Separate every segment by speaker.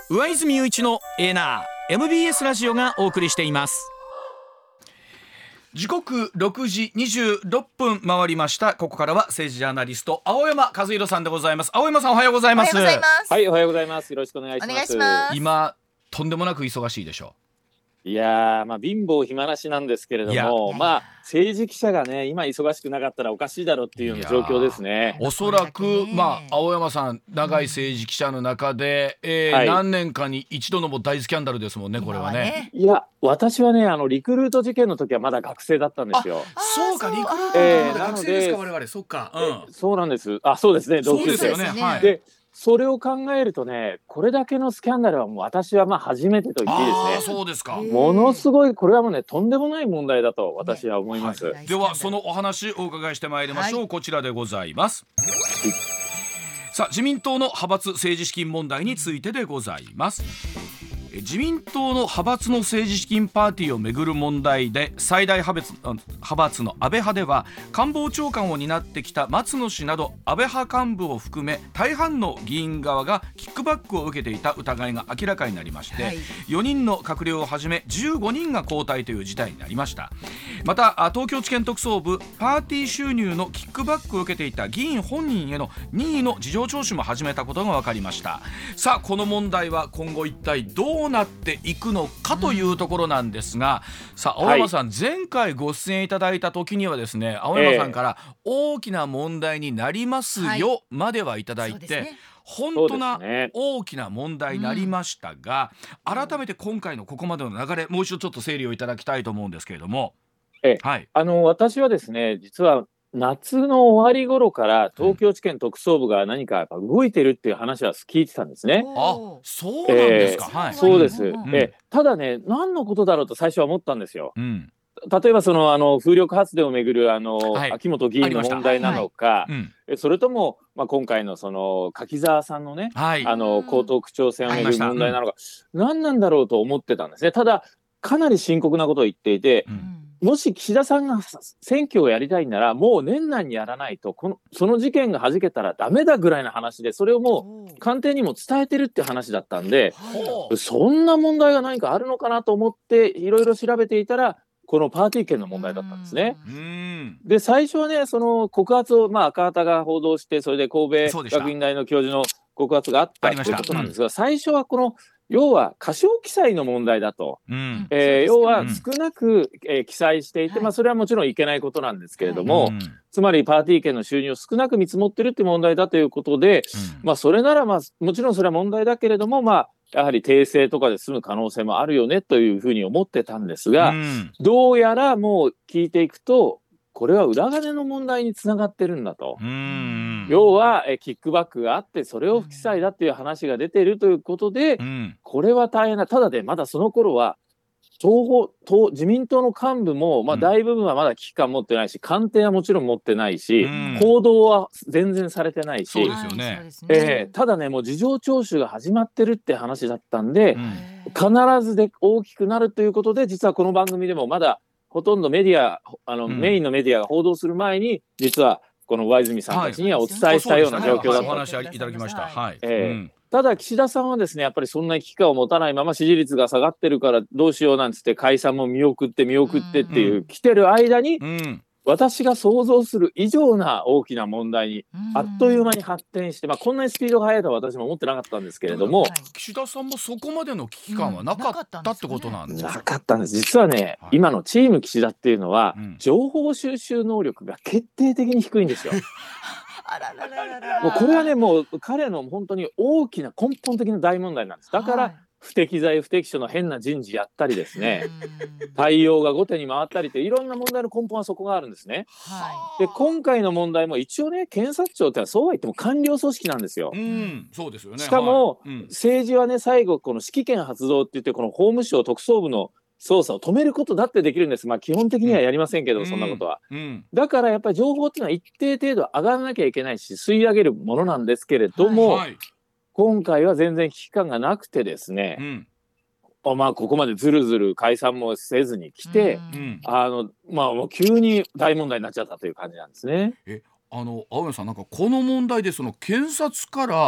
Speaker 1: 上泉雄一のエナー MBS ラジオがお送りしています。時刻6時26分回りました。ここからは政治ジャーナリスト青山和弘さんでございます。青山さん、おはようございます。
Speaker 2: おはようございます。
Speaker 3: はい、おはようございます。よろしくお願いします。
Speaker 2: お願いします。
Speaker 1: 今とんでもなく忙しいでしょ
Speaker 3: いやー、貧乏暇なしなんですけれども、政治記者がね、今忙しくなかったらおかしいだろうっていうような状況ですね。
Speaker 1: おそらく、青山さん長い政治記者の中で、何年かに一度のも大スキャンダルですもんね、これはね。
Speaker 3: いや、私はね、リクルート事件の時はまだ学生だったんですよ。
Speaker 1: そうか、リクルートの学生ですか、我々。そっか、
Speaker 3: そうなんです。そうですね、同級生。
Speaker 1: そうですよね、はい。
Speaker 3: でそれを考えるとね、これだけのスキャンダルはもう私は初めてと言っていいですね。
Speaker 1: そうですか。
Speaker 3: ものすごい、これはもうね、とんでもない問題だと私は思います。
Speaker 1: ではそのお話お伺いしてまいりましょう。こちらでございます。さあ、自民党の派閥政治資金問題についてでございます。自民党の派閥の政治資金パーティーをめぐる問題で最大派閥の安倍派では官房長官を担ってきた松野氏など安倍派幹部を含め大半の議員側がキックバックを受けていた疑いが明らかになりまして、4人の閣僚をはじめ15人が交代という事態になりました。また東京地検特捜部パーティー収入のキックバックを受けていた議員本人への任意の事情聴取も始めたことが分かりました。さあ、この問題は今後一体どうなっていくのかというところなんですが、さあ青山さん、前回ご出演いただいた時にはですね、青山さんから大きな問題になりますよ、まではいただいて、本当な大きな問題になりましたが、改めて今回のここまでの流れ、もう一度ちょっと整理をいただきたいと思うんですけれども。
Speaker 3: 私はですね、実は夏の終わり頃から東京地検特捜部が何かやっぱ動いてるっていう話は聞いてたんですね。
Speaker 1: そうなんですか。
Speaker 3: そうです。ただね、何のことだろうと最初は思ったんですよ。例えば風力発電をめぐる秋元議員の問題なのか、それとも今回の柿沢さんのね、江東区長選をめぐる問題なのか、何なんだろうと思ってたんですね。ただかなり深刻なことを言っていて、もし岸田さんが選挙をやりたいならもう年内にやらないとその事件が弾けたらダメだぐらいの話で、それをもう官邸にも伝えてるって話だったんで、そんな問題が何かあるのかなと思っていろいろ調べていたら、このパーティー券の問題だったんですね。で最初はね、その告発を赤旗が報道して、それで神戸学院大の教授の告発があったということなんですが、最初は要は過少記載の問題だと、要は少なく、記載していて、それはもちろんいけないことなんですけれども、つまりパーティー券の収入を少なく見積もってるって問題だということで、それならもちろんそれは問題だけれども、やはり訂正とかで済む可能性もあるよねというふうに思ってたんですが、どうやらもう聞いていくと、これは裏金の問題につながってるんだと。要はキックバックがあって、それを不記載だっていう話が出ているということで、これは大変な。ただでまだその頃は自民党の幹部も大部分はまだ危機感持ってないし、官邸はもちろん持ってないし、報道は全然されてないし、ただね、もう事情聴取が始まってるって話だったんで、必ずで大きくなるということで、実はこの番組でもまだほとんどメディアメインのメディアが報道する前に、実はこの上泉さんたちにはお伝えしたような状況だった。
Speaker 1: お話いただきました。
Speaker 3: ただ岸田さんはですね、やっぱりそんな危機感を持たないまま支持率が下がってるからどうしようなんつって解散も見送ってっていう来てる間に、私が想像する以上な大きな問題にあっという間に発展して、こんなにスピードが速いとは私も思ってなかったんですけれども、
Speaker 1: 岸田さんもそこまでの危機感はなかったってことなんですか。
Speaker 3: なかったんです。実はね、今のチーム岸田っていうのは、情報収集能力が決定的に低いんですよ。もうこれはね、もう彼の本当に大きな根本的な大問題なんです。だから不適材不適所の変な人事やったりですね、対応が後手に回ったりっていろんな問題の根本はそこがあるんですね。で今回の問題も一応ね、検察庁ってのはそうは言っても官僚組織なんですよ。
Speaker 1: そうですよね。
Speaker 3: しかも、政治はね、最後この指揮権発動って言って、この法務省特捜部の捜査を止めることだってできるんです。基本的にはやりませんけど、そんなことは。だからやっぱり情報っていうのは一定程度上がらなきゃいけないし、吸い上げるものなんですけれども、今回は全然危機感がなくてですね、ここまでずるずる解散もせずに来て、もう急に大問題になっちゃったという感じなんですね。
Speaker 1: 青山さん、なんかこの問題で検察から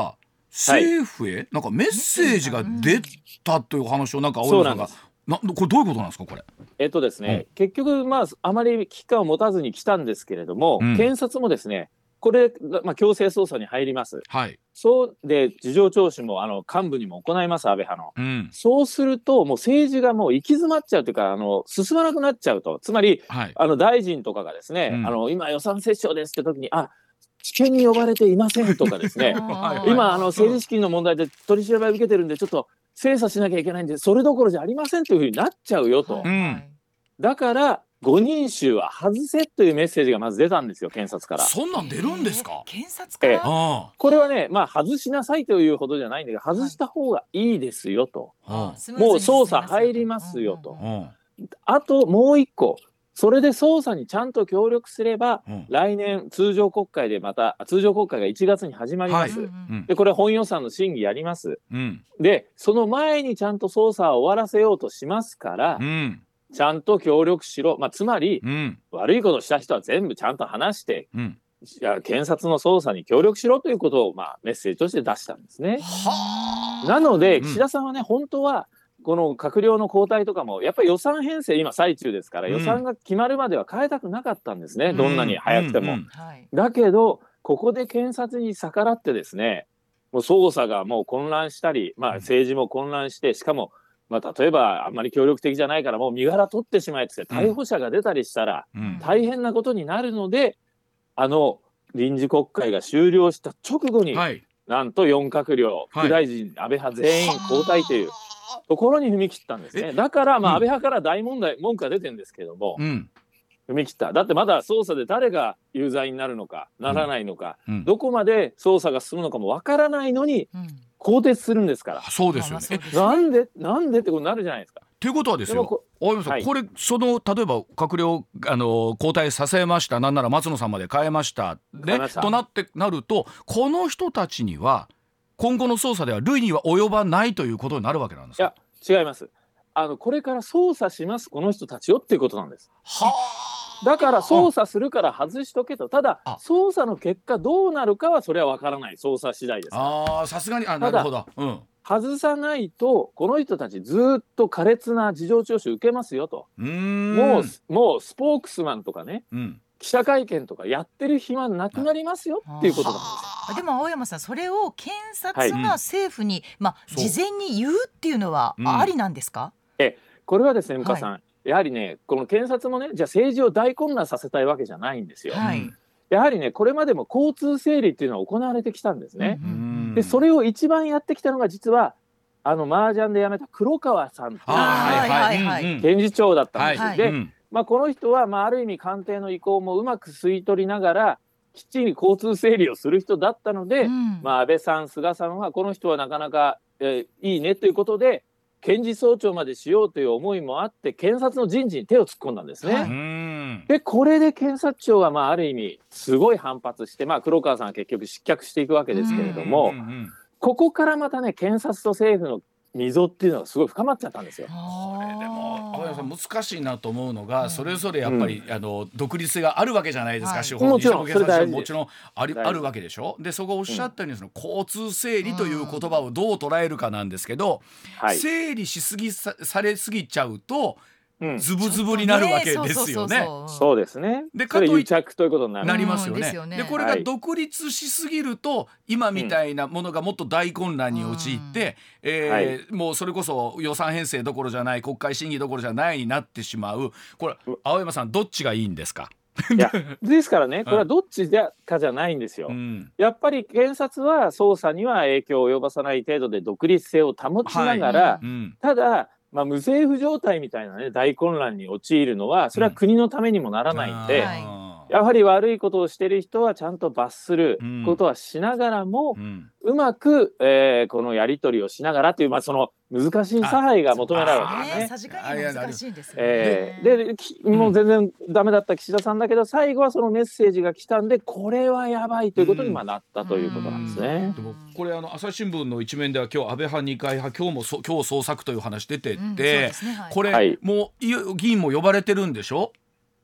Speaker 1: 政府へなんかメッセージが出たという話をなんか青山さんが、これどういうことなんですかこれ。
Speaker 3: ですね、結局あまり危機感を持たずに来たんですけれども、検察もですねこれ、強制捜査に入ります。そうで事情聴取も幹部にも行います安倍派の、そうするともう政治がもう行き詰まっちゃうというか進まなくなっちゃうと、つまり、大臣とかがですね、今予算折衝ですって時に治験に呼ばれていませんとかですね今政治資金の問題で取り調べを受けてるんでちょっと精査しなきゃいけないんでそれどころじゃありませんというふうになっちゃうよと、だから5人衆は外せというメッセージがまず出たんですよ検察から。
Speaker 1: そんなん出るんですか。
Speaker 2: 検察から、
Speaker 3: これはね外しなさいというほどじゃないんだけど外した方がいいですよと、もう捜査入りますよと、あともう一個それで捜査にちゃんと協力すれば、来年通常国会でまた通常国会が1月に始まります、でこれ本予算の審議やります、でその前にちゃんと捜査を終わらせようとしますから、ちゃんと協力しろ、つまり、悪いことした人は全部ちゃんと話して、検察の捜査に協力しろということを、メッセージとして出したんですね。なので岸田さんはね、本当はこの閣僚の交代とかもやっぱり予算編成今最中ですから、予算が決まるまでは変えたくなかったんですね、どんなに早くても。だけどここで検察に逆らってですね、もう捜査がもう混乱したり、政治も混乱して、しかも例えばあんまり協力的じゃないからもう身柄取ってしまえって逮捕者が出たりしたら大変なことになるので、臨時国会が終了した直後に、なんと4閣僚、副大臣、安倍派全員交代というところに踏み切ったんですね。だから安倍派から大文句が出てるんですけども、踏み切った。だってまだ捜査で誰が有罪になるのかならないのか、どこまで捜査が進むのかもわからないのに、更迭するんですから。
Speaker 1: そうですよね。
Speaker 3: なんでってことになるじゃないですか。
Speaker 1: ということはですよ、大山さん、これ例えば閣僚交代させました、なんなら松野さんまで変えましたでとなると、この人たちには今後の捜査では類には及ばないということになるわけなんですか。
Speaker 3: いや違います。これから捜査しますこの人たちよっていうことなんです。だから捜査するから外しとけと。ただ捜査の結果どうなるかはそれは分からない、捜査次第ですから。
Speaker 1: さすがになるほど、
Speaker 3: 外さないとこの人たちずっと苛烈な事情聴取受けますよと。もうスポークスマンとかね、記者会見とかやってる暇なくなりますよっていうことなんですよ。
Speaker 2: でも青山さん、それを検察が政府に、事前に言うっていうのはありなんですか。
Speaker 3: これはですね、向川さん、やはりね、この検察もね、じゃあ政治を大混乱させたいわけじゃないんですよ。やはりね、これまでも交通整理っていうのは行われてきたんですね。でそれを一番やってきたのが実は麻雀で辞めた黒川さんっていう検事長だったんです。で、この人はある意味官邸の意向もうまく吸い取りながらきっちり交通整理をする人だったので、安倍さん菅さんはこの人はなかなか、いいねということで検事総長までしようという思いもあって検察の人事に手を突っ込んだんですね。でこれで検察庁はある意味すごい反発して、黒川さんは結局失脚していくわけですけれども、ここからまたね検察と政府の溝っていうのがすごい深まっちゃったんですよ。
Speaker 1: これでも青山さん難しいなと思うのが、それぞれやっぱり、独立性があるわけじゃないですか。司法にしても検察にももちろんあるわけでしょ。でそこおっしゃったように、交通整理という言葉をどう捉えるかなんですけど、整理しすぎされすぎちゃうとズブズブになるわけですよね。
Speaker 3: そうですね。
Speaker 1: で
Speaker 3: それ癒着ということに
Speaker 1: なりますよね。でこれが独立しすぎると、今みたいなものがもっと大混乱に陥って、もうそれこそ予算編成どころじゃない、国会審議どころじゃないになってしまう。これ青山さんどっちがいいんですか。
Speaker 3: いやですからね、これはどっちかじゃないんですよ。やっぱり検察は捜査には影響を及ばさない程度で独立性を保ちながら、ただ無政府状態みたいなね大混乱に陥るのはそれは国のためにもならないんで、やはり悪いことをしている人はちゃんと罰することはしながらも、うまく、このやり取りをしながらという、その難しい差配が求められるわけですね。
Speaker 2: さじ加減難しいんですよね。
Speaker 3: でもう全然ダメだった岸田さんだけど、最後はそのメッセージが来たんでこれはやばいということになったということなんですね。
Speaker 1: でもこれ朝日新聞の一面では今日安倍派二階派今日捜索という話出てて、これ、もう議員も呼ばれてるんでしょ。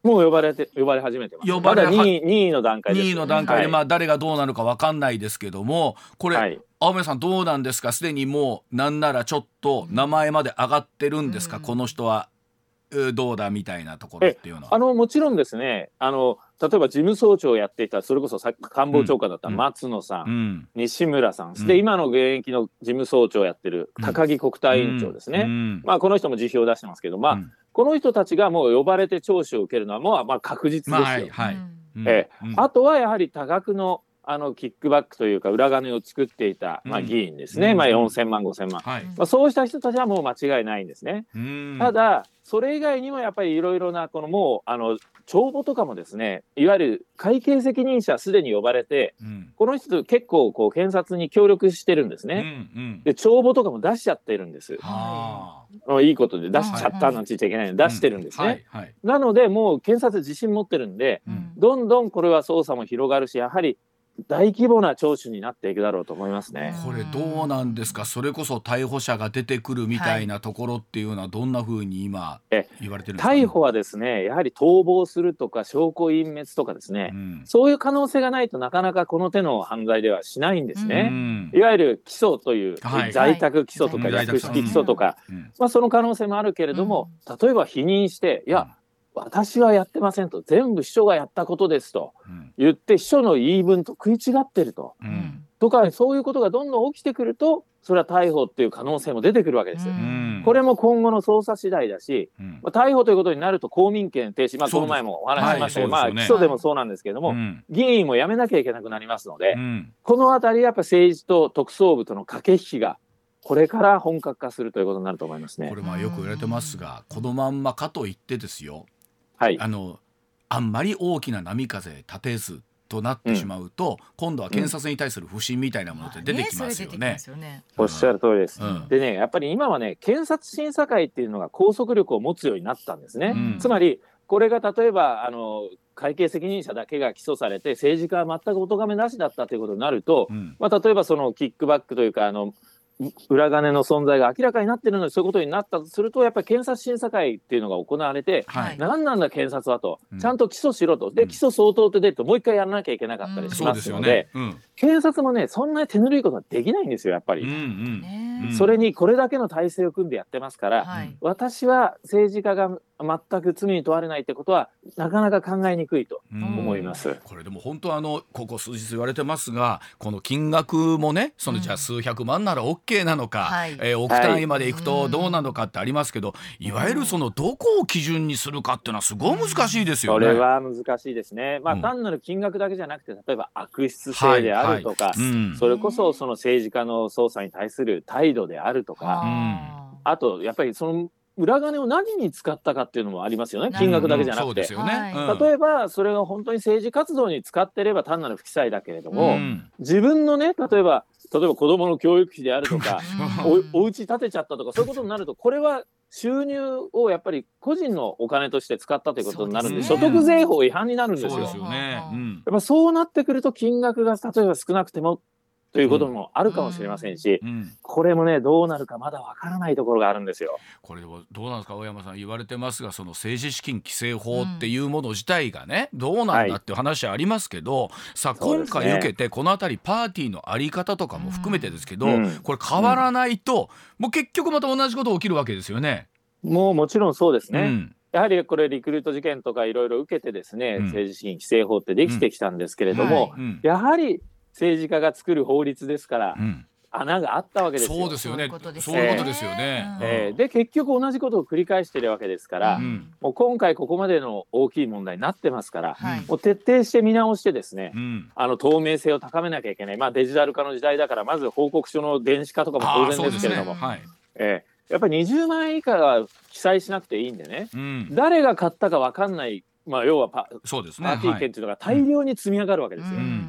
Speaker 3: もう呼ばれ始めてます。まだ2位の段階です。
Speaker 1: 2位の段階で、まあ誰がどうなるか分かんないですけども、これ、はい、青宮さんどうなんですか。すでにもうなんならちょっと名前まで上がってるんですか、この人はどうだみたいなところっていうのは。
Speaker 3: もちろんですね、例えば事務総長をやっていた、それこそ官房長官だった松野さん、西村さん、で今の現役の事務総長をやってる高木国対委員長ですね、まあ、この人も辞表を出してますけど、まあこの人たちがもう呼ばれて聴取を受けるのはもうまあ確実ですよ。あとはやはり多額のキックバックというか裏金を作っていた、まあ、議員ですね、まあ、4000万5000万、まあ、そうした人たちはもう間違いないんですね。ただそれ以外にもやっぱりいろいろなもう帳簿とかもですね、いわゆる会計責任者すでに呼ばれて、この人結構検察に協力してるんですね。で帳簿とかも出しちゃってるんです。いいことで出しちゃったなんて言っちゃいけないので出してるんですね。なのでもう検察自信持ってるんで、どんどんこれは捜査も広がるし、やはり大規模な聴取になっていくだろうと思いますね。
Speaker 1: これどうなんですか。それこそ逮捕者が出てくるみたいなところっていうのはどんな風に今言われてるんですか、ね。
Speaker 3: 逮捕はですね、やはり逃亡するとか証拠隠滅とかですね、そういう可能性がないとなかなかこの手の犯罪ではしないんですね。いわゆる起訴という、在宅起訴とか略式起訴とか、まあ、その可能性もあるけれども、例えば否認していや私はやってませんと、全部秘書がやったことですと言って秘書の言い分と食い違ってると、とかそういうことがどんどん起きてくると、それは逮捕っていう可能性も出てくるわけです。これも今後の捜査次第だし、逮捕ということになると公民権停止、まあ、この前もお話ししましたけど、まあ、起訴でもそうなんですけれども、議員も辞めなきゃいけなくなりますので、このあたりやっぱ政治と特捜部との駆け引きがこれから本格化するということになると思いますね。
Speaker 1: これまあよく言われてますが、このまんまかといってですよ、
Speaker 3: はい、
Speaker 1: あんまり大きな波風立てずとなってしまうと、今度は検察に対する不信みたいなものって出てきますよね。
Speaker 3: おっしゃる通りです。でね、やっぱり今はね、検察審査会っていうのが拘束力を持つようになったんですね。つまりこれが例えば会計責任者だけが起訴されて政治家は全くお咎めなしだったということになると、まあ、例えばそのキックバックというか裏金の存在が明らかになっているのにそういうことになったとすると、やっぱり検察審査会っていうのが行われて、何なんだ検察はと、ちゃんと起訴しろと、で起訴相当って出るともう一回やらなきゃいけなかったりしますので、検察もねそんなに手ぬるいことはできないんですよやっぱり。それにこれだけの体制を組んでやってますから、私は政治家が全く罪に問われないってことはなかなか考えにくいと思います。
Speaker 1: これでも本当ここ数日言われてますが、この金額もね、そのじゃあ数百万なら OK なのか、億単位までいくとどうなのかってありますけど、いわゆるそのどこを基準にするかっていうのはすごい難しいですよね。
Speaker 3: それは難しいですね。まあ、単なる金額だけじゃなくて、例えば悪質性であるとか、それこそその政治家の捜査に対する態度であるとか、あとやっぱりその裏金を何に使ったかっていうのもありますよね。金額だけじゃなくて、例えばそれが本当に政治活動に使ってれば単なる不記載だけれども、自分のね、例えば子どもの教育費であるとかお家建てちゃったとか、そういうことになると、これは収入をやっぱり個人のお金として使ったということになるんで、所得税法違反になるんですよ。やっぱそうなってくると金額が例えば少なくてもということもあるかもしれませんし、これもねどうなるかまだわからないところがあるんですよ。
Speaker 1: これでもどうなんですか、青山さん言われてますが、その政治資金規正法っていうもの自体がね、どうなんだっていう話ありますけど、さあ今回受けてこのあたりパーティーのあり方とかも含めてですけど、これ変わらないと、もう結局また同じこと起きるわけですよね。
Speaker 3: もちろんそうですね。やはりこれリクルート事件とかいろいろ受けてですね、政治資金規正法ってできてきたんですけれども、やはり政治家が作る法律ですから、穴があったわけですよ。
Speaker 1: そうですよね。そういうことですよね。
Speaker 3: で結局同じことを繰り返しているわけですから、もう今回ここまでの大きい問題になってますから、もう徹底して見直してですね、透明性を高めなきゃいけない。まあデジタル化の時代だから、まず報告書の電子化とかも当然ですけれども、やっぱり20万円以下は記載しなくていいんでね、誰が買ったか分かんない、まあ、要はパーティー券っていうのが大量に積み上がるわけですよ。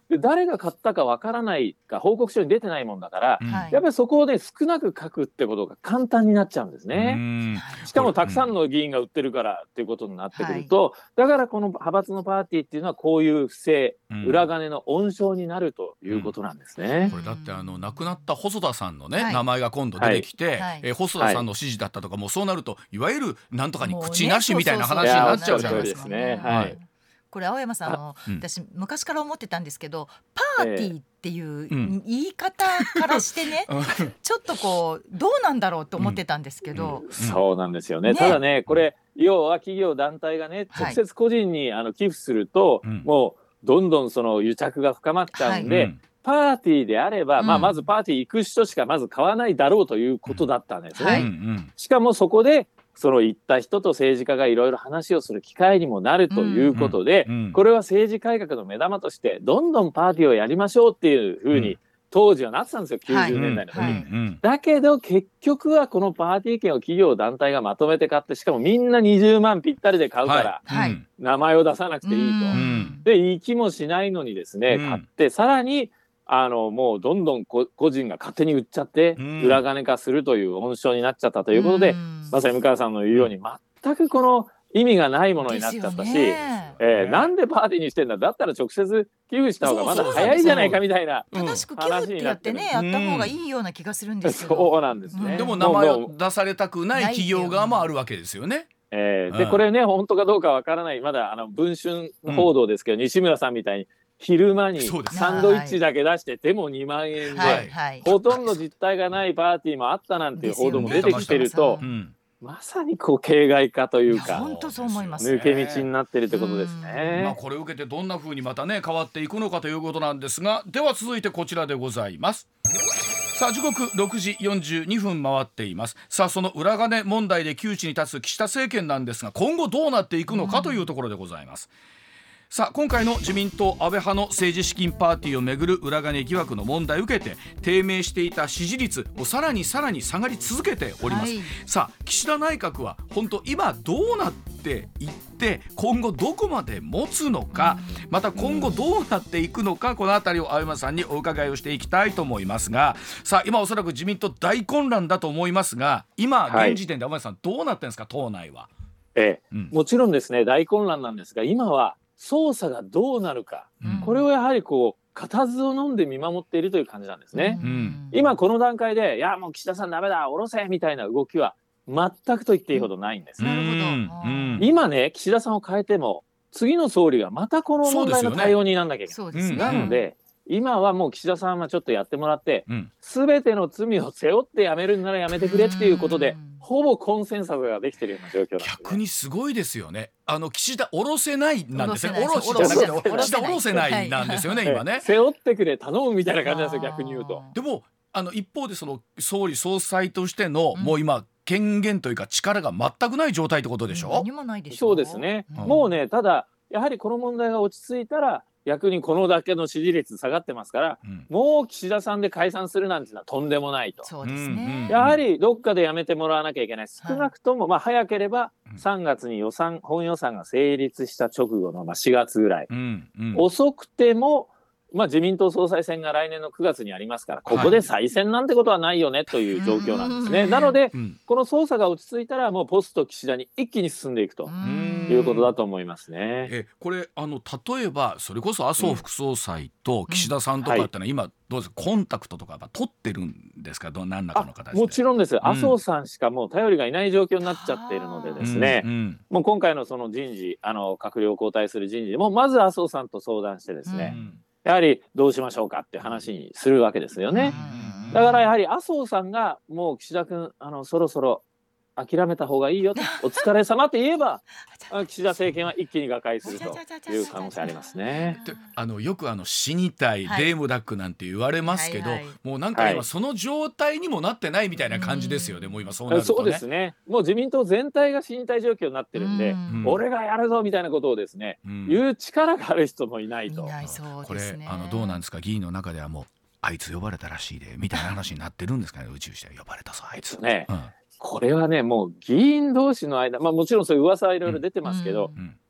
Speaker 3: で誰が買ったかわからないか報告書に出てないもんだから、やっぱりそこをね少なく書くってことが簡単になっちゃうんですね。しかもたくさんの議員が売ってるからっていうことになってくると、だからこの派閥のパーティーっていうのはこういう不正、裏金の温床になるということなんですね。
Speaker 1: これだって亡くなった細田さんのね、名前が今度出てきて、細田さんの指示だったとか、もうそうなるといわゆるなんとかに口なしみたいな話になっちゃうじゃないですか。
Speaker 2: これ青山さん私昔から思ってたんですけど、パーティーっていう言い方からしてね、ちょっとこうどうなんだろうと思ってたんですけど、
Speaker 3: そうなんですよね。ただねこれ要は企業団体がね直接個人に寄付すると、もうどんどんその癒着が深まっちゃうんで、パーティーであれば、まずパーティー行く人しかまず買わないだろうということだったんですね。しかもそこでその行った人と政治家がいろいろ話をする機会にもなるということで、これは政治改革の目玉としてどんどんパーティーをやりましょうっていうふうに当時はなってたんですよ、90年代の時に。だけど結局はこのパーティー券を企業団体がまとめて買って、しかもみんな20万ぴったりで買うから名前を出さなくていいと。で行きもしないのにですね買って、さらにもうどんどん個人が勝手に売っちゃって裏金化するという温床になっちゃったということで、まさに向川さんの言うように全くこの意味がないものになっちゃったし、なんでパーティーにしてんだ、だったら直接寄付した方がまだ早いじゃないかみたいな
Speaker 2: 正しく寄付ってやってねやった方がいいような気がするんですけど、
Speaker 3: そうなんですね。
Speaker 1: でも名前を出されたくない企業側もあるわけですよね。
Speaker 3: でこれね本当かどうかわからない、まだ文春報道ですけど、西村さんみたいに昼間にサンドイッチだけ出してでも2万円で、ほとんど実態がないパーティーもあったなんていう報道も出てきてると、まさにこう形骸化というか
Speaker 2: 本当そう思いますね。
Speaker 3: 抜け道になってるってことですね。
Speaker 1: これを受けてどんな風にまたね変わっていくのかということなんですが、では続いてこちらでございます。さあ時刻6時42分回っています。さあその裏金問題で窮地に立つ岸田政権なんですが、今後どうなっていくのかというところでございます。さあ今回の自民党安倍派の政治資金パーティーをめぐる裏金疑惑の問題を受けて低迷していた支持率をさらに下がり続けております。さあ岸田内閣は本当今どうなっていって今後どこまで持つのか、また今後どうなっていくのか、このあたりを青山さんにお伺いをしていきたいと思いますが、さあ今おそらく自民党大混乱だと思いますが、今現時点で青山さんどうなってるんですか、党内は。
Speaker 3: もちろんですね大混乱なんですが、今は捜査がどうなるか、これをやはりこう固唾を飲んで見守っているという感じなんですね。今この段階でいやもう岸田さんダメだ下ろせみたいな動きは全くと言っていいほどないんです。今ね岸田さんを変えても次の総理がまたこの問題の対応にならなきゃいけない。なので今はもう岸田さんはちょっとやってもらって、全ての罪を背負ってやめるならやめてくれっていうことでほぼコンセンサスができているような状況なんですね。
Speaker 1: 逆にすごいですよね。岸田下ろせないなんですね。下ろしじゃなくて岸田下ろせないなんですよね今ね。
Speaker 3: 背負ってくれ頼むみたいな感じなんですよ逆に言うと。
Speaker 1: でも一方でその総理総裁としてのもう今権限というか力が全くない状態ってことでしょ。
Speaker 2: 何もないでしょ。
Speaker 3: そうですね。もうねただやはりこの問題が落ち着いたら逆にこのだけの支持率下がってますから、もう岸田さんで解散するなんていうのはとんでもないと。
Speaker 2: そうですね。
Speaker 3: やはりどっかでやめてもらわなきゃいけない。少なくとも早ければ3月に本予算が成立した直後の4月ぐらい、遅くても自民党総裁選が来年の9月にありますから、ここで再選なんてことはないよねという状況なんですね。なので、この捜査が落ち着いたらもうポスト岸田に一気に進んでいくということだと思いますね。
Speaker 1: これ例えばそれこそ麻生副総裁と岸田さんとかってのは今どうですか、コンタクトとか取ってるんですか、何らかの形で。
Speaker 3: もちろんです。麻生さんしかもう頼りがいない状況になっちゃっているのでですね、もう今回のその人事閣僚交代する人事でもまず麻生さんと相談してですね、やはりどうしましょうかって話にするわけですよね。だからやはり麻生さんがもう岸田君そろそろ諦めた方がいいよとお疲れ様って言えば岸田政権は一気に瓦解するという可能性ありますね。
Speaker 1: よく死にたいレームダックなんて言われますけど、もうなんか今その状態にもなってないみたいな感じですよね。もう今そうなるとね。
Speaker 3: そうですね。もう自民党全体が死にたい状況になってるんで、俺がやるぞみたいなことをですね、言う力がある人もいないと。
Speaker 1: これどうなんですか、議員の中ではもうあいつ呼ばれたらしいでみたいな話になってるんですかね。宇宙して呼ばれたぞあいつね。
Speaker 3: これはねもう議員同士の間、もちろんそういう噂はいろいろ出てますけど、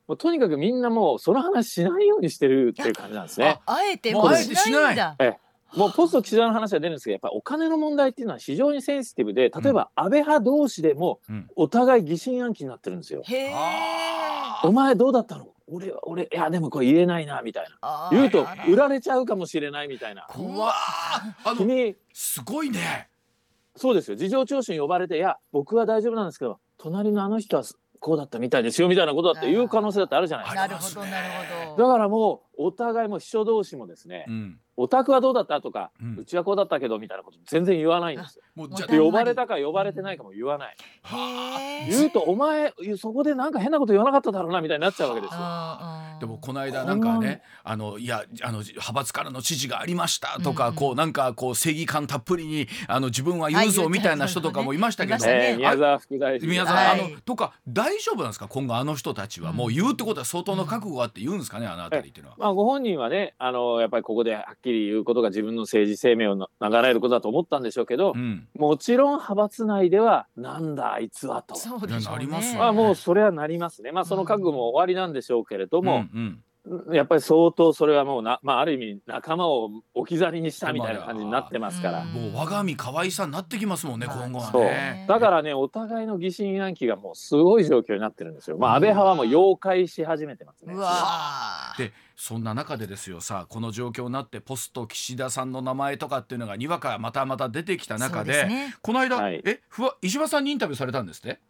Speaker 3: もうとにかくみんなもうその話しないようにしてるっていう感じなんですね。
Speaker 2: あえてもうしないんだ。
Speaker 3: もうポスト岸田の話は出るんですけど、やっぱりお金の問題っていうのは非常にセンシティブで、例えば安倍派同士でもお互い疑心暗鬼になってるんですよ。お前どうだったの？俺いやでもこれ言えないなみたいな、言うと売られちゃうかもしれないみたいな。
Speaker 1: うわ君すごいね。
Speaker 3: そうですよ。事情聴取に呼ばれて、いや僕は大丈夫なんですけど隣のあの人はこうだったみたいですよみたいなことだって言う可能性だってあるじゃないですか。
Speaker 2: なるほどなるほど。
Speaker 3: だからもうお互いも秘書同士もですね、お宅はどうだったとか、うちはこうだったけどみたいなこと全然言わないんですよ。呼ばれたか呼ばれてないかも言わない。言うとお前そこでなんか変なこと言わなかっただろうなみたいになっちゃうわけですよ。
Speaker 1: でもこの間なんかね、いや派閥からの指示がありましたとか、こうなんかこう正義感たっぷりに自分は言うぞみたいな人とかもいましたけど、
Speaker 3: 宮沢副大臣
Speaker 1: とか大丈夫なんですか？今後あの人たちはもう言うってことは相当の覚悟があって言うんですかね、あのあたりっていうのは。
Speaker 3: ご本人はねやっぱりここではっきり言うことが自分の政治生命を流れることだと思ったんでしょうけど、もちろん派閥内ではなんだあいつはと
Speaker 1: なります
Speaker 3: ね。もうそれはなりますね。その覚悟も終わりなんでしょうけれども、やっぱり相当それはもうある意味仲間を置き去りにしたみたいな感じになってますから、
Speaker 1: もう我が身可愛さになってきますもんね、今後はね。
Speaker 3: だからね、お互いの疑心暗鬼がもうすごい状況になってるんですよ。安倍派はもう妖怪し始めてますね。
Speaker 1: でそんな中でですよ、さあこの状況になってポスト岸田さんの名前とかっていうのがにわかまた出てきた中で、この間、石破さんにインタビューされたんですって？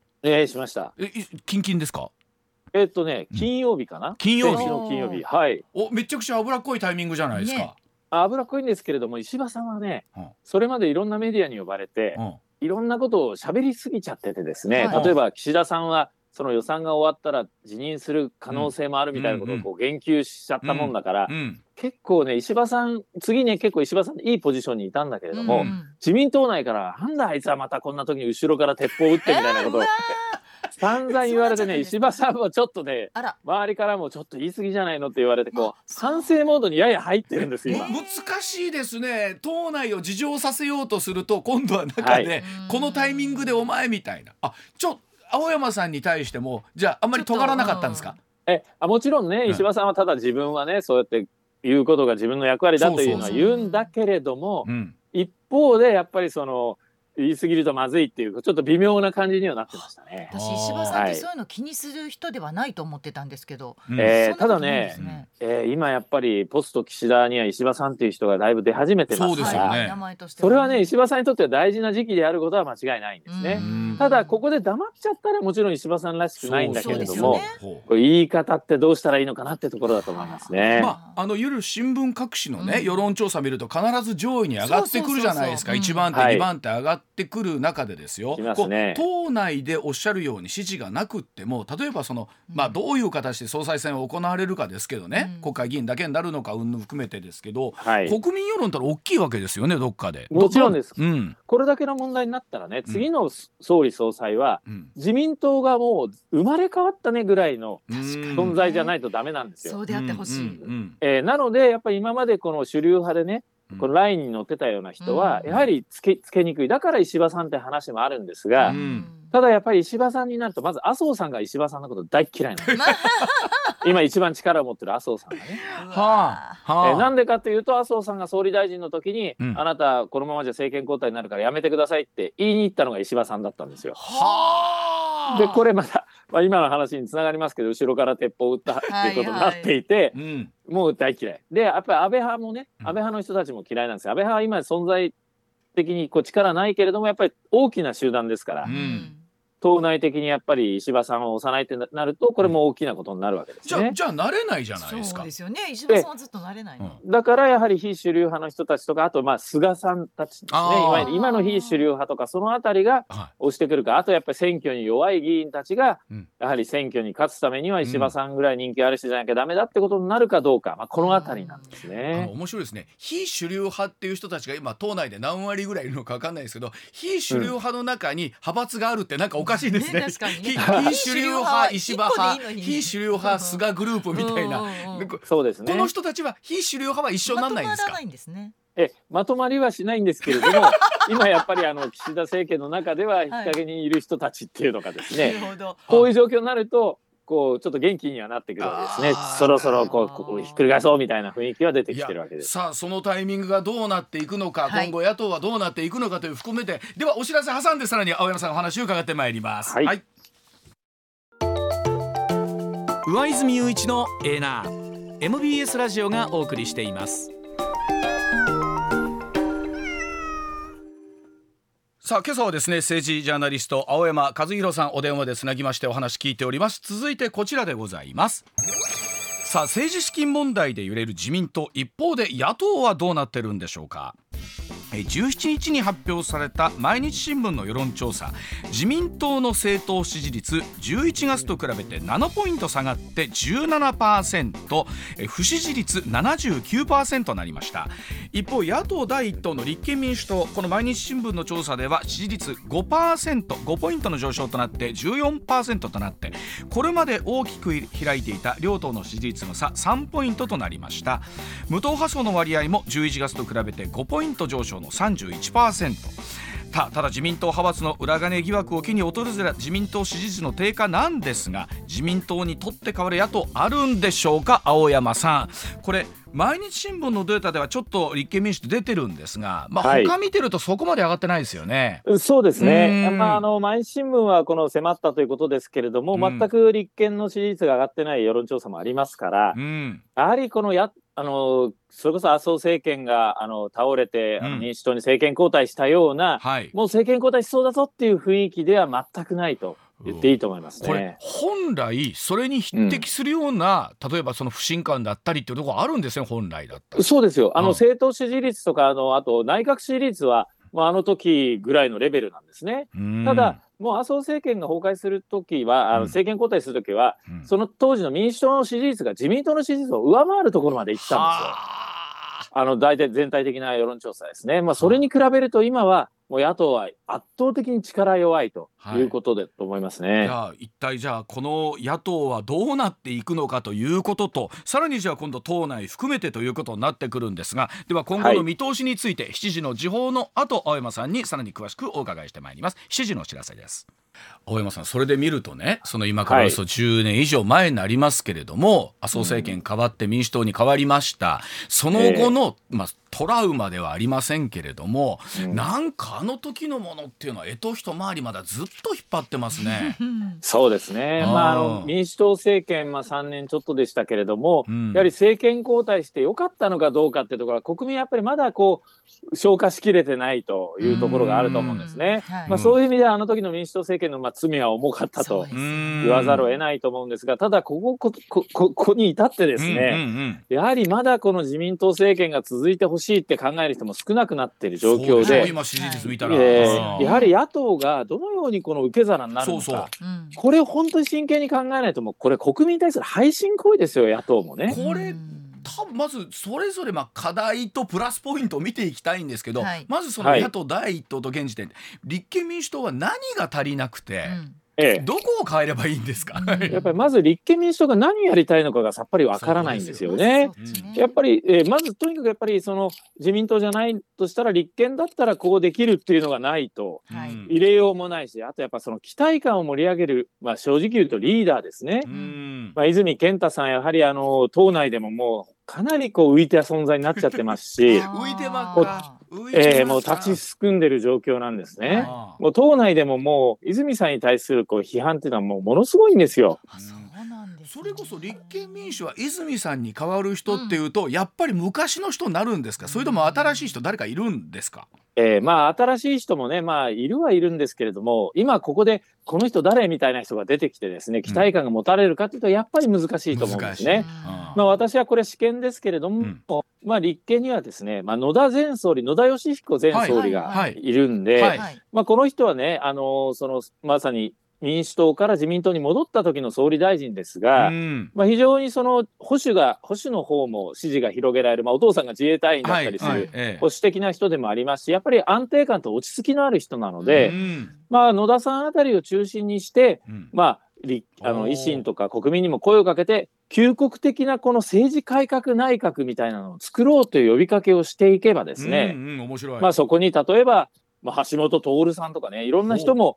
Speaker 3: しました。
Speaker 1: 近々ですか？
Speaker 3: 金曜日かな。
Speaker 1: 金曜日。
Speaker 3: 金曜日。はい。
Speaker 1: めちゃくちゃ脂っこいタイミングじゃないですか。
Speaker 3: 脂っこいんですけれども、石破さんはね、それまでいろんなメディアに呼ばれて、いろんなことを喋りすぎちゃっててですね、例えば岸田さんはその予算が終わったら辞任する可能性もあるみたいなことをこう言及しちゃったもんだから、結構ね石破さん次ね結構石破さんいいポジションにいたんだけれども、自民党内からなんだあいつはまたこんな時に後ろから鉄砲撃ってみたいなことを散々言われてね、石破さんはちょっとね周りからもちょっと言い過ぎじゃないのって言われて、こう賛成モードにやや入ってるんですよ。
Speaker 1: 難しいですね。党内を自浄させようとすると今度は中で、このタイミングでお前みたいな青山さんに対してもじゃああんまり尖らなかったんですか？
Speaker 3: もちろんね、石破さんはただ自分はねそうやって言うことが自分の役割だというのは言うんだけれども、一方でやっぱりその言い過ぎるとまずいっていうちょっと微妙な感じにはなってましたね。
Speaker 2: 私石破さんってそういうの気にする人ではないと思ってたんですけど、
Speaker 3: ただね、今やっぱりポスト岸田には石破さんっていう人がだいぶ出始めてますから、それはね石破さんにとっては大事な時期であることは間違いないんですね。ただここで黙っちゃったらもちろん石破さんらしくないんだけれども、言い方ってどうしたらいいのかなってところだと思いますね。
Speaker 1: 夜新聞各紙のね、世論調査見ると必ず上位に上がってくるじゃないですか。1番手2番手上がってくる中でですよ、党内でおっしゃるように支持がなくっても、例えばどういう形で総裁選を行われるかですけどね、国会議員だけになるのか云々含めてですけど、国民世論って大きいわけですよね、どっかで。
Speaker 3: もちろんです、これだけの問題になったらね、次の総理総裁は、自民党がもう生まれ変わったねぐらいの存在じゃないとダメなんですよ。
Speaker 2: そうであってほしい。
Speaker 3: なのでやっぱり今までこの主流派でね、このラインに乗ってたような人はやはりつけにくい。だから石破さんって話もあるんですが、ただやっぱり石破さんになるとまず麻生さんが石破さんのこと大嫌いなんです今一番力を持ってる麻生さんがね。なんでかというと麻生さんが総理大臣の時に、あなたこのままじゃ政権交代になるからやめてくださいって言いに行ったのが石破さんだったんですよ。でこれまた、今の話につながりますけど後ろから鉄砲を撃ったっていうことになっていて、もう大嫌いで、やっぱり安倍派もね、安倍派の人たちも嫌いなんですよ。安倍派は今存在的にこう力ないけれどもやっぱり大きな集団ですから、党内的にやっぱり石破さんを押さないってなるとこれも大きなことになるわけですね。
Speaker 1: じゃあなれないじゃないですか。
Speaker 2: そうですよね。石破さんはずっとなれないの。
Speaker 3: だからやはり非主流派の人たちとか、あと菅さんたちですね、今の非主流派とかそのあたりが押してくるか、あとやっぱり選挙に弱い議員たちがやはり選挙に勝つためには石破さんぐらい人気ある人じゃなきゃダメだってことになるかどうか、このあたりなんですね。
Speaker 1: 面白いですね。非主流派っていう人たちが今党内で何割ぐらいいるのか分かんないですけど、非主流派の中に派閥があるってなんかおかしいですね。非主流派石破派、非主流派菅グループみたいな。
Speaker 3: そうですね。
Speaker 1: この人たちは非主流派は一緒にならないんですか？
Speaker 3: まとまりはしないんですけれども今やっぱり岸田政権の中では日陰にいる人たちっていうのがですね、こういう状況になるとこうちょっと元気にはなってくるわけですね。そろそろこうひっくり返そうみたいな雰囲気は出てきてるわけです。
Speaker 1: さあそのタイミングがどうなっていくのか、
Speaker 2: はい、
Speaker 1: 今後野党はどうなっていくのかという含めて、ではお知らせ挟んでさらに青山さんお話を伺ってまいります。
Speaker 3: はい、はい、
Speaker 1: 上泉雄一のエーナー MBS ラジオがお送りしています。さあ今朝はですね、政治ジャーナリスト青山和弘さんお電話でつなぎましてお話聞いております。続いてこちらでございます。さあ政治資金問題で揺れる自民党、一方で野党はどうなってるんでしょうか。17日に発表された毎日新聞の世論調査、自民党の政党支持率11月と比べて7ポイント下がって 17%、 不支持率 79% となりました。一方野党第一党の立憲民主党、この毎日新聞の調査では支持率 5ポイントの上昇となって 14% となって、これまで大きく開いていた両党の支持率の差3ポイントとなりました。無党派層の割合も11月と比べて5ポイント上昇の 31%。ただ自民党派閥の裏金疑惑を機に訪れた自民党支持率の低下なんですが、自民党にとって変わる野党あるんでしょうか。青山さん、これ毎日新聞のデータではちょっと立憲民主党出てるんですが、他見てるとそこまで上がってないですよね。
Speaker 3: そうですね。毎日新聞はこの迫ったということですけれども、全く立憲の支持率が上がってない世論調査もありますから、やはりこのそれこそ麻生政権が倒れて、民主党に政権交代したような、もう政権交代しそうだぞっていう雰囲気では全くないと言っていいと思いますね。
Speaker 1: これ本来それに匹敵するような、例えばその不信感だったりっていうところあるんですよ、本来だったら。
Speaker 3: そうですよ。政党支持率とかあと内閣支持率は時ぐらいのレベルなんですね。ただもう麻生政権が崩壊するときは、政権交代するときは、その当時の民主党の支持率が自民党の支持率を上回るところまで行ったんですよ。大体全体的な世論調査ですね。それに比べると今はもう野党は圧倒的に力弱いということで、と思いますね。
Speaker 1: じゃあ一体この野党はどうなっていくのかということと、さらに今度党内含めてということになってくるんですが、では今後の見通しについて、7時の時報の後青山さんにさらに詳しくお伺いしてまいります。7時のお知らせです。青山さん、それで見るとね、その今からおよそ10年以上前になりますけれども、麻生政権変わって民主党に変わりました。その後の、トラウマではありませんけれども、なんか時のものっていうのは一回りまだずっと引っ張ってますね。
Speaker 3: そうですね。民主党政権、3年ちょっとでしたけれども、やはり政権交代してよかったのかどうかっていうところは国民やっぱりまだ消化しきれてないというところがあると思うんですね。そういう意味では時の民主党政権の罪は重かったと言わざるを得ないと思うんですが、ただここに至ってですね、やはりまだこの自民党政権が続いてほしいって考える人も少なくなっている状況で、
Speaker 1: 今支持率見たら、
Speaker 3: やはり野党がどのようにこの受け皿になるのか、これ本当に真剣に考えないと、もうこれ国民に対する背信行為ですよ、野党もね。
Speaker 1: これ多分まずそれぞれ課題とプラスポイントを見ていきたいんですけど、まずその野党第一党と現時点で、立憲民主党は何が足りなくて、どこを変えればいいんですか。
Speaker 3: やっぱりまず立憲民主党が何やりたいのかがさっぱりわからないんですよね。やっぱり、まずとにかくやっぱりその自民党じゃないとしたら立憲だったらこうできるっていうのがないと入れようもないし、あとやっぱその期待感を盛り上げる、正直言うとリーダーですね。泉健太さん、やはり党内でももうかなり浮いた存在になっちゃってますし
Speaker 1: 浮いてばっか
Speaker 3: もう立ちすくんでる状況なんですね。もう党内でももう泉さんに対する批判っていうのはものすごいんですよ。
Speaker 1: それこそ立憲民主は泉さんに代わる人っていうと、やっぱり昔の人になるんですか、それとも新しい人誰かいるんですか。
Speaker 3: 新しい人もね、いるはいるんですけれども、今ここでこの人誰みたいな人が出てきてですね、期待感が持たれるかというとやっぱり難しいと思うんですね。私はこれ試験ですけれども、立憲にはですね、野田前総理、野田佳彦前総理がいるんで、この人はね、まさに民主党から自民党に戻った時の総理大臣ですが、非常にその保守の方も支持が広げられる、お父さんが自衛隊員だったりする保守的な人でもありますし、やっぱり安定感と落ち着きのある人なので、野田さんあたりを中心にして、維新とか国民にも声をかけて、究極的なこの政治改革内閣みたいなのを作ろうという呼びかけをしていけばですね、そこに例えば、橋本徹さんとかね、いろんな人も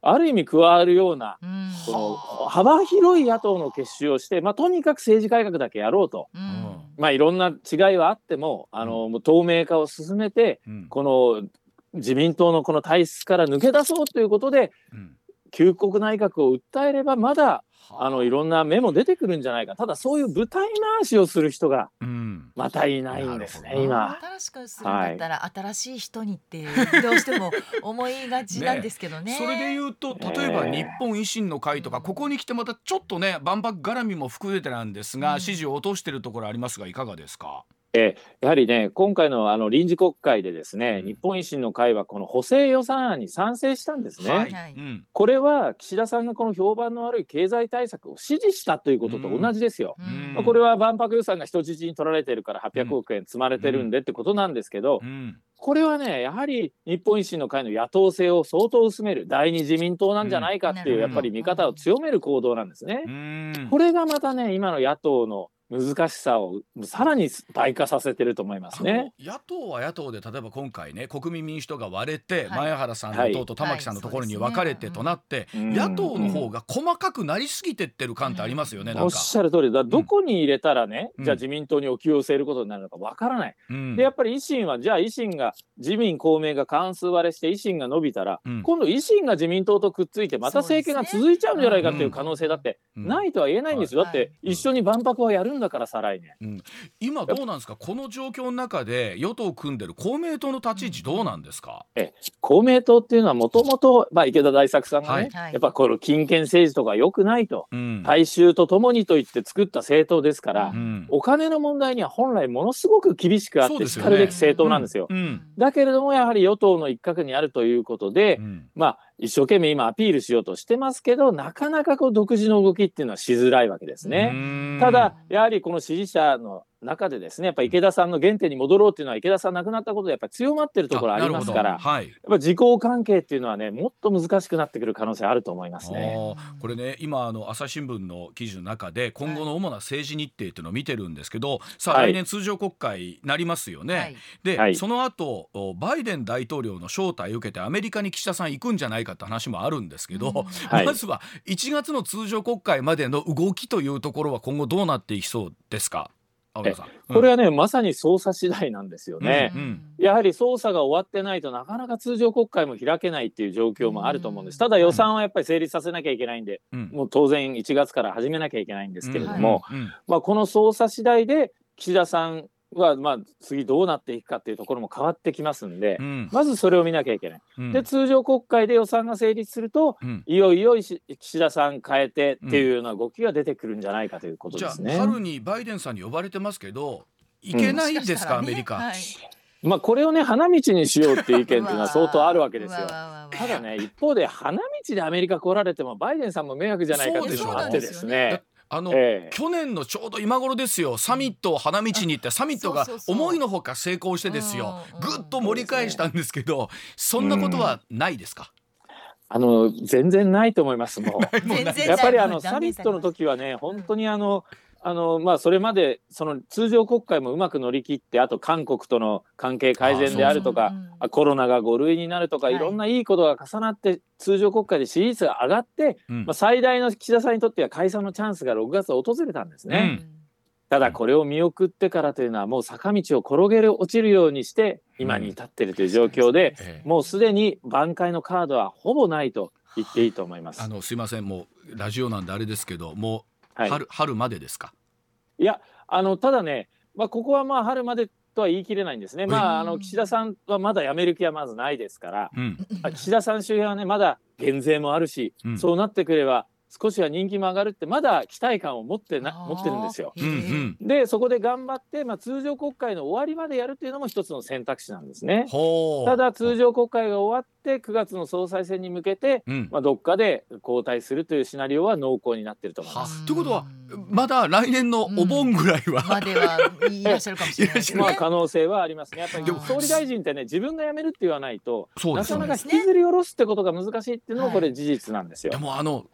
Speaker 3: ある意味加わるような、この幅広い野党の結集をして、とにかく政治改革だけやろうと、いろんな違いはあっても透明化を進めて、この自民党のこの体質から抜け出そうということで、救国内閣を訴えればまだいろんな芽も出てくるんじゃないか。ただそういう舞台回しをする人がまたいないんですね、今。
Speaker 2: 新しくするんだったら、新しい人にってどうしても思いがちなんですけどね。
Speaker 1: それで言うと、例えば日本維新の会とか、ここに来てまたちょっとね万博絡みも含めてなんですが、支持を落としているところありますが、いかがですか？
Speaker 3: やはりね、今回の臨時国会でですね、日本維新の会はこの補正予算案に賛成したんですね。これは岸田さんがこの評判の悪い経済対策を支持したということと同じですよ。これは万博予算が人質に取られているから800億円積まれてるんでってことなんですけど、これはね、やはり日本維新の会の野党性を相当薄める、第二自民党なんじゃないかっていうやっぱり見方を強める行動なんですね。これがまたね、今の野党の難しさをさらに倍化させてると思いますね。
Speaker 1: 野党は野党で、例えば今回ね、国民民主党が割れて、前原さんの党と玉木さんのところに分かれてとなって、野党の方が細かくなりすぎてってる感ってありますよね。
Speaker 3: おっしゃる通りだ。どこに入れたらね、じゃあ自民党にお給を据えることになるのか分からない。でやっぱり維新は、じゃあ維新が自民公明が過半数割れして維新が伸びたら、今度維新が自民党とくっついてまた政権が続いちゃうんじゃないかっていう可能性だってないとは言えないんですよ。だって一緒に万博はやるんだから、再来年。
Speaker 1: 今どうなんですか、この状況の中で与党を組んでる公明党の立ち位置どうなんですか？
Speaker 3: 公明党っていうのはもともと池田大作さんがね、やっぱこの金権政治とか良くないと、大衆とともにと言って作った政党ですから、お金の問題には本来ものすごく厳しくあってしかるべき政党なんですよ。だけれどもやはり与党の一角にあるということで、一生懸命今アピールしようとしてますけど、なかなかこう独自の動きっていうのはしづらいわけですね。ただやはりこの支持者の中でですね、やっぱり池田さんの原点に戻ろうっていうのは、池田さん亡くなったことでやっぱり強まってるところありますから、やっぱ自公関係っていうのはね、もっと難しくなってくる可能性あると思いますね。
Speaker 1: これね、今朝日新聞の記事の中で今後の主な政治日程っていうのを見てるんですけど、さあ来年通常国会なりますよね。で、その後バイデン大統領の招待を受けてアメリカに岸田さん行くんじゃないかって話もあるんですけど、まずは1月の通常国会までの動きというところは今後どうなっていきそうですか？
Speaker 3: これはね、まさに捜査次第なんですよね。やはり捜査が終わってないとなかなか通常国会も開けないっていう状況もあると思うんです。ただ予算はやっぱり成立させなきゃいけないんで、もう当然1月から始めなきゃいけないんですけれども、この捜査次第で岸田さんは次どうなっていくかっていうところも変わってきますんで、まずそれを見なきゃいけない。で通常国会で予算が成立すると、いよいよ岸田さん変えてっていうような動きが出てくるんじゃないかということですね。
Speaker 1: じゃあ春にバイデンさんに呼ばれてますけど、行けないですか、アメリカ。
Speaker 3: これをね、花道にしようっていう意見っていうのは相当あるわけですよ。ただね、一方で花道でアメリカ来られてもバイデンさんも迷惑じゃないかっていうのがあってですね。去年のちょうど今頃ですよ、サミットを花道に行って、サミットが思いのほか成功してですよ、ぐっと盛り返したんですけど、そんなことはないですか？全然ないと思います。もうやっぱりサミットの時はね、本当にそれまでその通常国会もうまく乗り切って、あと韓国との関係改善であるとか、コロナが5類になるとか、いろんないいことが重なって通常国会で支持率が上がって、最大の岸田さんにとっては解散のチャンスが6月訪れたんですね。ただこれを見送ってからというのは、もう坂道を転げ落ちるようにして今に至っているという状況で、もうすでに挽回のカードはほぼないと言っていいと思います。
Speaker 1: すいません、もうラジオなんであれですけど、もう春までですか？
Speaker 3: いや、ただね、ここは春までとは言い切れないんですね。岸田さんはまだ辞める気はまずないですから、岸田さん周辺はね、まだ減税もあるし、そうなってくれば少しは人気も上がるってまだ期待感を持ってるんですよ。でそこで頑張って、通常国会の終わりまでやるっていうのも一つの選択肢なんですね。ただ通常国会が終わって9月の総裁選に向けて、どっかで交代するというシナリオは濃厚になっていると思います。
Speaker 1: ということはまだ来年のお盆ぐらいは、
Speaker 2: まではいらっしゃるかもしれないですね。
Speaker 3: 可能性はありますね。やっぱり総理大臣ってね、自分が辞めるって言わないとなかなか引きずり下ろすってことが難しいっていうのもこれ事実なんですよ。
Speaker 1: でもその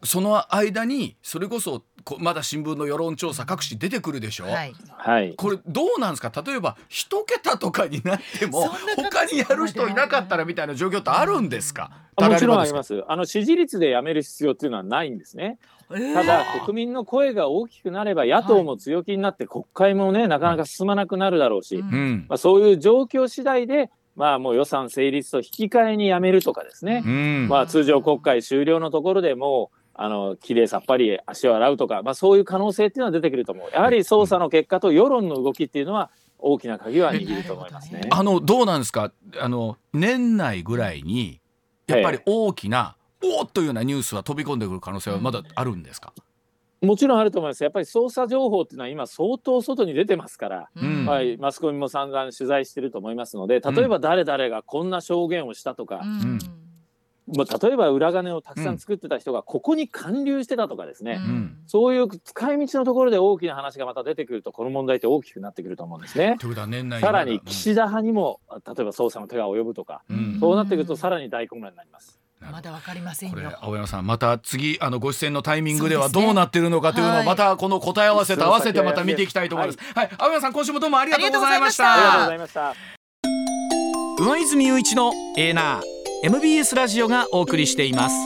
Speaker 1: な間にそれこそまだ新聞の世論調査各紙出てくるでしょ、
Speaker 3: はい、
Speaker 1: これどうなんですか。例えば1桁とかになっても他にやる人いなかったらみたいな状況ってあるんですか。
Speaker 3: もちろんあります。支持率でやめる必要っていうのはないんですね。ただ国民の声が大きくなれば野党も強気になって国会もねなかなか進まなくなるだろうし、そういう状況次第でもう予算成立と引き換えにやめるとかですね、通常国会終了のところでもうきれいさっぱり足を洗うとか、そういう可能性っていうのは出てくると思う。やはり捜査の結果と世論の動きっていうのは大きな鍵は握ると思いますね。
Speaker 1: どうなんですか。年内ぐらいにやっぱり大きなおーっというようなニュースは飛び込んでくる可能性はまだあるんですか。
Speaker 3: もちろんあると思います。やっぱり捜査情報っていうのは今相当外に出てますから、マスコミも散々取材してると思いますので、例えば誰々がこんな証言をしたとか、例えば裏金をたくさん作ってた人がここに還流してたとかですね、そういう使い道のところで大きな話がまた出てくるとこの問題って大きくなってくると思うんですね。さらに岸田派にも例えば捜査の手が及ぶとか、そうなってくるとさらに大混乱になります。
Speaker 2: まだわかりませんよ。
Speaker 1: これ青山さんまた次ご出演のタイミングではどうなっているのかというのをまたこの答え合わせと合わせてまた見ていきたいと思います。青山さん今週もどうもありがとうございました。
Speaker 3: ありがとうございました。
Speaker 1: 上泉雄一のエーナー MBS ラジオがお送りしています。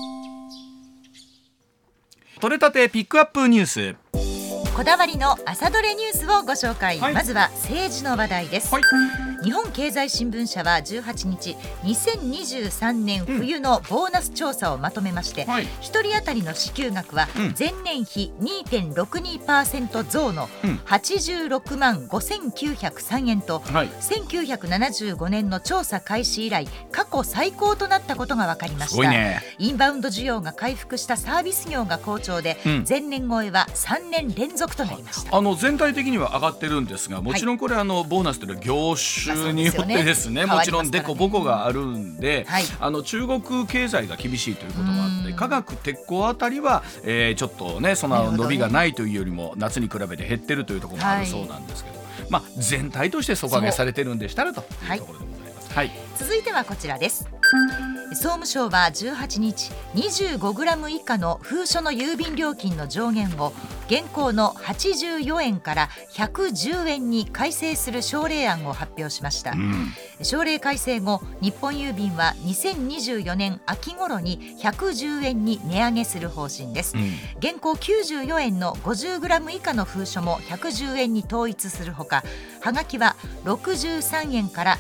Speaker 1: 取れたてピックアップニュース、
Speaker 2: こだわりの朝どれニュースをご紹介、まずは政治の話題です。日本経済新聞社は18日2023年冬のボーナス調査をまとめまして、1人当たりの支給額は前年比 2.62% 増の86万5903円と、1975年の調査開始以来過去最高となったことが分かりました。インバウンド需要が回復したサービス業が好調で、前年超えは3年連続となりました。
Speaker 1: 全体的には上がってるんですが、もちろんこれボーナスというのは業種によってですね、もちろんデコボコがあるんで、中国経済が厳しいということもあって化学鉄鋼あたりは、ちょっとねその伸びがないというよりも夏に比べて減ってるというところもあるそうなんですけど、全体として底上げされてるんでしたらというところでございます。
Speaker 2: 続いてはこちらです。総務省は18日 25g 以下の封書の郵便料金の上限を現行の84円から110円に改正する省令案を発表しました。省令改正後、日本郵便は2024年秋頃に110円に値上げする方針です。現行94円の 50g 以下の封書も110円に統一するほか、はがきは63円から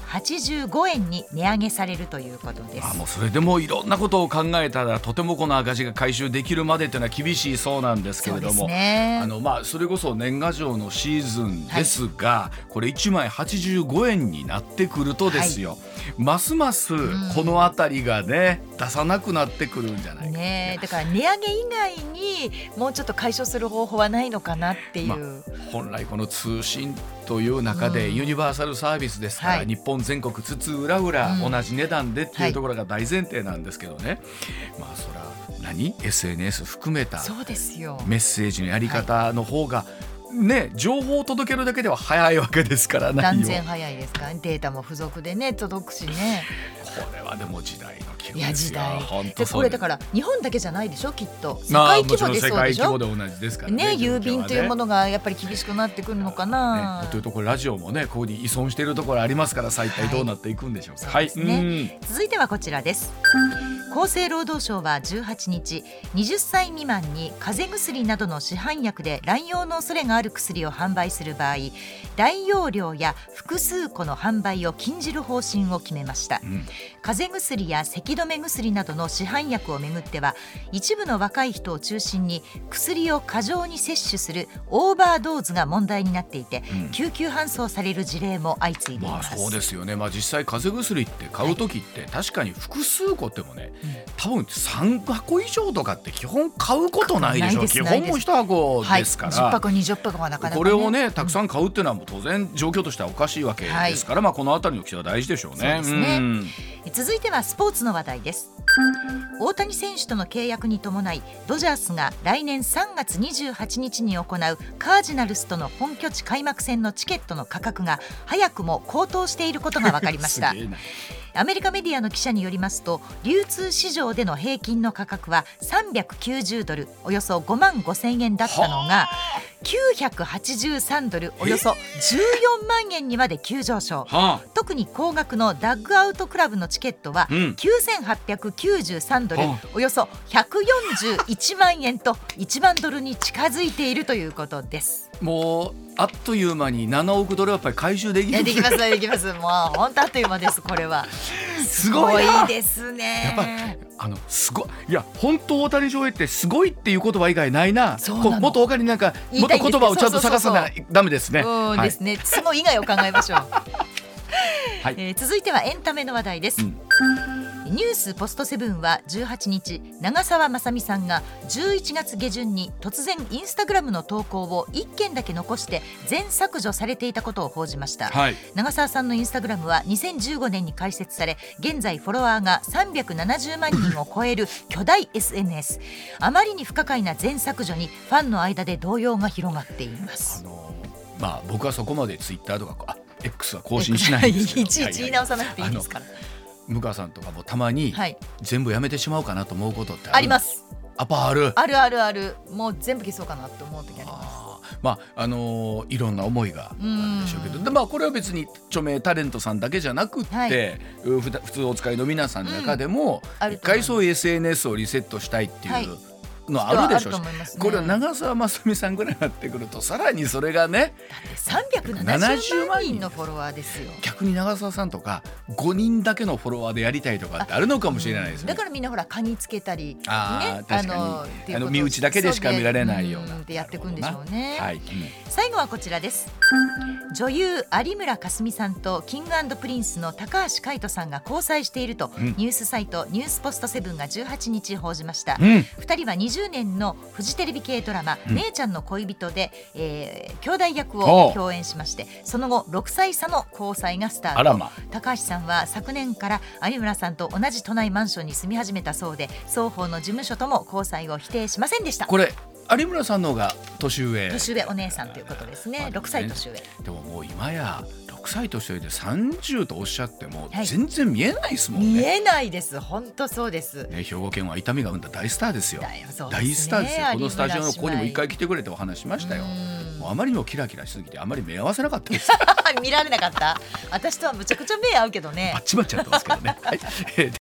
Speaker 2: 85円に値上げされるということです。
Speaker 1: もうそれでもいろんなことを考えたらとてもこの赤字が回収できるまでというのは厳しいそうなんですけれども、それこそ年賀状のシーズンですが、これ1枚85円になってくるとですよ、ますますこのあたりがね出さなくなってくるんじゃないか
Speaker 2: ね。だから値上げ以外にもうちょっと解消する方法はないのかなっていう、
Speaker 1: 本来この通信という中でユニバーサルサービスですから、日本全国津々浦々同じ値段でっていうところが大前提なんですけどね、それはSNS 含めたメッセージのやり方の方が情報を届けるだけでは早いわけですからね。
Speaker 2: 断然早いですから、データも付属で届くしね。
Speaker 1: これはでも時代の岐路ですよ。
Speaker 2: 時代でこれだから日本だけじゃないでしょ、きっと世界規模でそうでしょ。
Speaker 1: 世界規模で同じですからね。
Speaker 2: 郵便というものがやっぱり厳しくなってくるのかな、
Speaker 1: というところラジオもここに依存しているところありますから、一体どうなっていくんでしょうか。
Speaker 2: 続いてはこちらです。厚生労働省は18日20歳未満に風邪薬などの市販薬で乱用の恐れがある薬を販売する場合、大容量や複数個の販売を禁じる方針を決めました。風邪薬や咳止め薬などの市販薬をめぐっては、一部の若い人を中心に薬を過剰に摂取するオーバードーズが問題になっていて、救急搬送される事例も相次いでいます。
Speaker 1: そうですよね。実際風邪薬って買うときって確かに複数個ってもね、多分3箱以上とかって基本買うことないでしょ。基本も1箱ですから、
Speaker 2: 10箱20箱はなかなか、
Speaker 1: これをたくさん買うっていうのはもう当然状況としてはおかしいわけですから、このあたりの規制は大事でしょうね。
Speaker 2: 続いてはスポーツの話題です。大谷選手との契約に伴い、ドジャースが来年3月28日に行うカージナルスとの本拠地開幕戦のチケットの価格が早くも高騰していることが分かりました。 アメリカメディアの記者によりますと、流通市場での平均の価格は390ドルおよそ5万5千円だったのが983ドルおよそ14万円にまで急上昇。特に高額のダッグアウトクラブのチケットは9893ドルおよそ141万円と1万ドルに近づいているということです。
Speaker 1: もうあっという間に7億ドルやっぱり回収できる。
Speaker 2: できますできます。もう本当あっという間です。これは
Speaker 1: すごい
Speaker 2: ですね。
Speaker 1: やっぱすごい。いや本当大谷翔平ってすごいっていう言葉以外ないな。もっと他になんかもっと言葉をちゃんと探さないダメですね。
Speaker 2: ですね。すごい以外を考えましょう。はい。続いてはエンタメの話題です。ニュースポストセブンは18日、長澤まさみさんが11月下旬に突然インスタグラムの投稿を1件だけ残して全削除されていたことを報じました。長澤さんのインスタグラムは2015年に開設され、現在フォロワーが370万人を超える巨大 SNS。 あまりに不可解な全削除にファンの間で動揺が広がっています。
Speaker 1: 僕はそこまでツイッターとかX は更新しないんですけど
Speaker 2: いちいち言い直さなくていいですから。
Speaker 1: 向川さんとかもたまに全部やめてしまうかなと思うことって
Speaker 2: あります。
Speaker 1: ある
Speaker 2: もう全部消そうかなと思う時あります。
Speaker 1: いろんな思いがあるんでしょうけど、でこれは別に著名タレントさんだけじゃなくって、普通お使いの皆さんの中でも一回そういう SNS をリセットしたいっていうのあるでしょうし、これは長澤まさみさんぐらいになってくるとさらにそれがね、
Speaker 2: だって370万人のフォロワーですよ。
Speaker 1: 逆に長澤さんとか5人だけのフォロワーでやりたいとかってあるのかもしれないですね。
Speaker 2: だからみんなほらカニつけたり、
Speaker 1: 確かに身内だけでしか見られないような
Speaker 2: ってやっていくんでしょうね。
Speaker 3: 最
Speaker 2: 後はこちらです。女優有村架純さんとKing&Princeの高橋海人さんが交際していると、ニュースサイトニュースポストセブンが18日報じました。2人は20年のフジテレビ系ドラマ、姉ちゃんの恋人で、兄弟役を共演しまして、その後6歳差の交際がスタート。高橋さんは昨年から有村さんと同じ都内マンションに住み始めたそうで、双方の事務所とも交際を否定しませんでした。
Speaker 1: これ有村さんの方が年上
Speaker 2: お姉さんということですね。6歳年上。
Speaker 1: でももう今や6歳年上で30とおっしゃっても全然見えないですもんね。
Speaker 2: 見えないです。本当そうです、
Speaker 1: 兵庫県は伊丹が生んだ大スターですよ。大スターですよ。このスタジオのここにも一回来てくれてお話しましたよ。もうあまりにもキラキラしすぎてあまり目合わせなかったです
Speaker 2: 見られなかった。私とはむちゃくちゃ目合うけどね。
Speaker 1: バッチバチやってますけどね。で